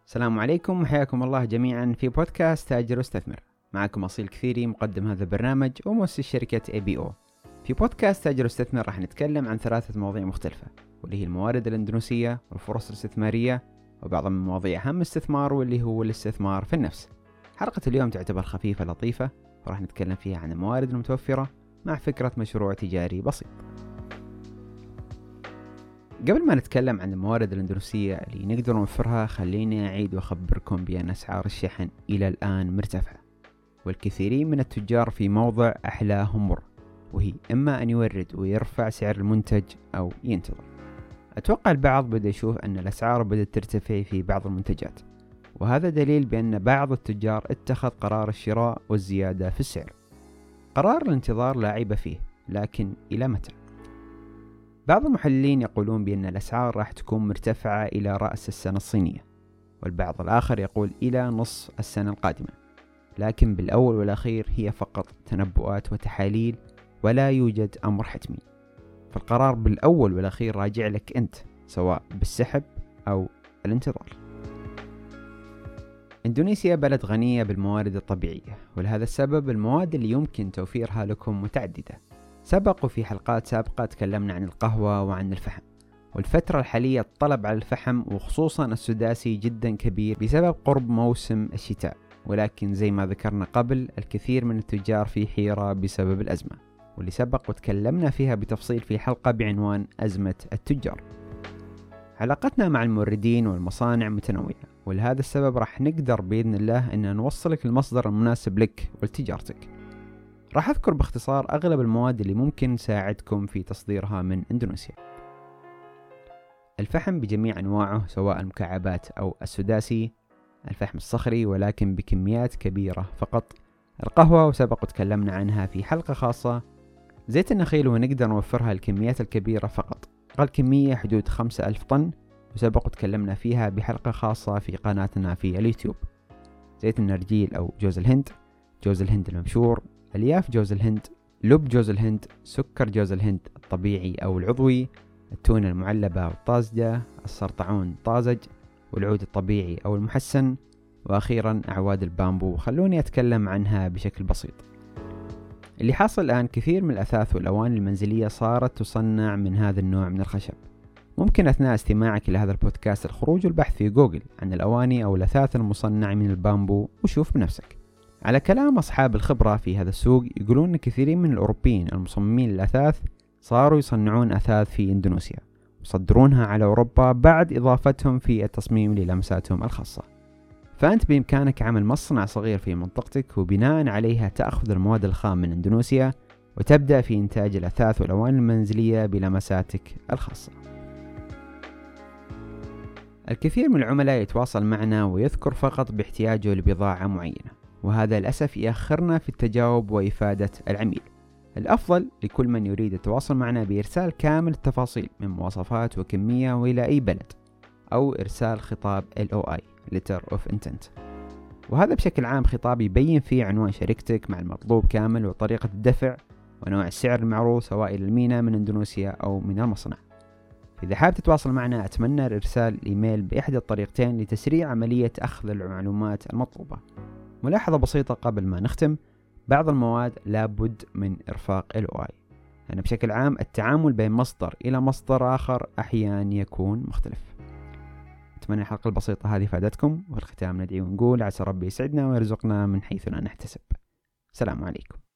السلام عليكم وحياكم الله جميعا في بودكاست تاجر واستثمر. معكم أصيل كثيري مقدم هذا البرنامج ومؤسس شركة ABO. في بودكاست تاجر واستثمر راح نتكلم عن 3 مواضيع مختلفة، واللي هي الموارد الأندونيسية والفرص الاستثمارية وبعض من مواضيع أهم الاستثمار واللي هو الاستثمار في النفس. حلقة اليوم تعتبر خفيفة لطيفة وراح نتكلم فيها عن الموارد المتوفرة مع فكرة مشروع تجاري بسيط. قبل ما نتكلم عن الموارد الأندونيسية اللي نقدر نوفرها، خليني أعيد وأخبركم بأن أسعار الشحن إلى الآن مرتفعة، والكثيرين من التجار في موضع أحلاهم مر، وهي إما أن يورد ويرفع سعر المنتج أو ينتظر. أتوقع البعض بدأ يشوف أن الأسعار بدأت ترتفع في بعض المنتجات، وهذا دليل بأن بعض التجار اتخذ قرار الشراء والزيادة في السعر. قرار الانتظار لا عيب فيه، لكن إلى متى؟ بعض المحللين يقولون بأن الأسعار راح تكون مرتفعة إلى رأس السنة الصينية، والبعض الآخر يقول إلى نصف السنة القادمة، لكن بالأول والأخير هي فقط تنبؤات وتحاليل ولا يوجد أمر حتمي. فالقرار بالأول والأخير راجع لك أنت، سواء بالسحب أو الانتظار. إندونيسيا بلد غنية بالموارد الطبيعية، ولهذا السبب المواد اللي يمكن توفيرها لكم متعددة. سبق في حلقات سابقة تكلمنا عن القهوة وعن الفحم، والفترة الحالية الطلب على الفحم وخصوصا السداسي جدا كبير بسبب قرب موسم الشتاء، ولكن زي ما ذكرنا قبل الكثير من التجار في حيرة بسبب الأزمة، واللي سبق وتكلمنا فيها بتفصيل في حلقة بعنوان أزمة التجار. علاقتنا مع الموردين والمصانع متنوعة، ولهذا السبب راح نقدر بإذن الله أن نوصلك المصدر المناسب لك ولتجارتك. راح أذكر باختصار أغلب المواد اللي ممكن نساعدكم في تصديرها من إندونيسيا. الفحم بجميع أنواعه، سواء المكعبات أو السداسي، الفحم الصخري ولكن بكميات كبيرة فقط، القهوة وسبق وتكلمنا عنها في حلقة خاصة، زيت النخيل ونقدر نوفرها الكميات الكبيرة فقط، أقل كمية حدود 5000 طن، وسبق وتكلمنا فيها بحلقة خاصة في قناتنا في اليوتيوب. زيت النرجيل أو جوز الهند، جوز الهند المبشور، ألياف جوز الهند، لب جوز الهند، سكر جوز الهند الطبيعي أو العضوي، التونة المعلبة والطازجة، السرطعون طازج، والعود الطبيعي أو المحسن، وأخيرا أعواد البامبو. خلوني أتكلم عنها بشكل بسيط. اللي حاصل الآن كثير من الأثاث والأواني المنزلية صارت تصنع من هذا النوع من الخشب. ممكن أثناء استماعك لهذا البودكاست الخروج والبحث في جوجل عن الأواني أو الأثاث المصنع من البامبو وشوف بنفسك. على كلام أصحاب الخبرة في هذا السوق، يقولون أن كثيرين من الأوروبيين المصممين للأثاث صاروا يصنعون أثاث في إندونيسيا ويصدرونها على أوروبا بعد إضافتهم في التصميم للمساتهم الخاصة. فأنت بإمكانك عمل مصنع صغير في منطقتك، وبناء عليها تأخذ المواد الخام من إندونيسيا وتبدأ في إنتاج الأثاث والأواني المنزلية بلمساتك الخاصة. الكثير من العملاء يتواصل معنا ويذكر فقط باحتياجه لبضاعة معينة، وهذا للأسف يأخرنا في التجاوب وإفادة العميل. الأفضل لكل من يريد التواصل معنا بإرسال كامل التفاصيل من مواصفات وكمية وإلى أي بلد، أو إرسال خطاب LOI Letter of Intent، وهذا بشكل عام خطاب يبين فيه عنوان شركتك مع المطلوب كامل وطريقة الدفع ونوع السعر المعروض سواء إلى المينا من إندونيسيا أو من المصنع. إذا حاب تتواصل معنا أتمنى إرسال إيميل بإحدى الطريقتين لتسريع عملية أخذ المعلومات المطلوبة. ملاحظة بسيطة قبل ما نختم، بعض المواد لابد من إرفاق LOI، يعني بشكل عام التعامل بين مصدر إلى مصدر آخر أحيانا يكون مختلف. أتمنى الحلقة البسيطة هذه فادتكم، وفي الختام ندعي ونقول عسى ربي يسعدنا ويرزقنا من حيث لا نحتسب. السلام عليكم.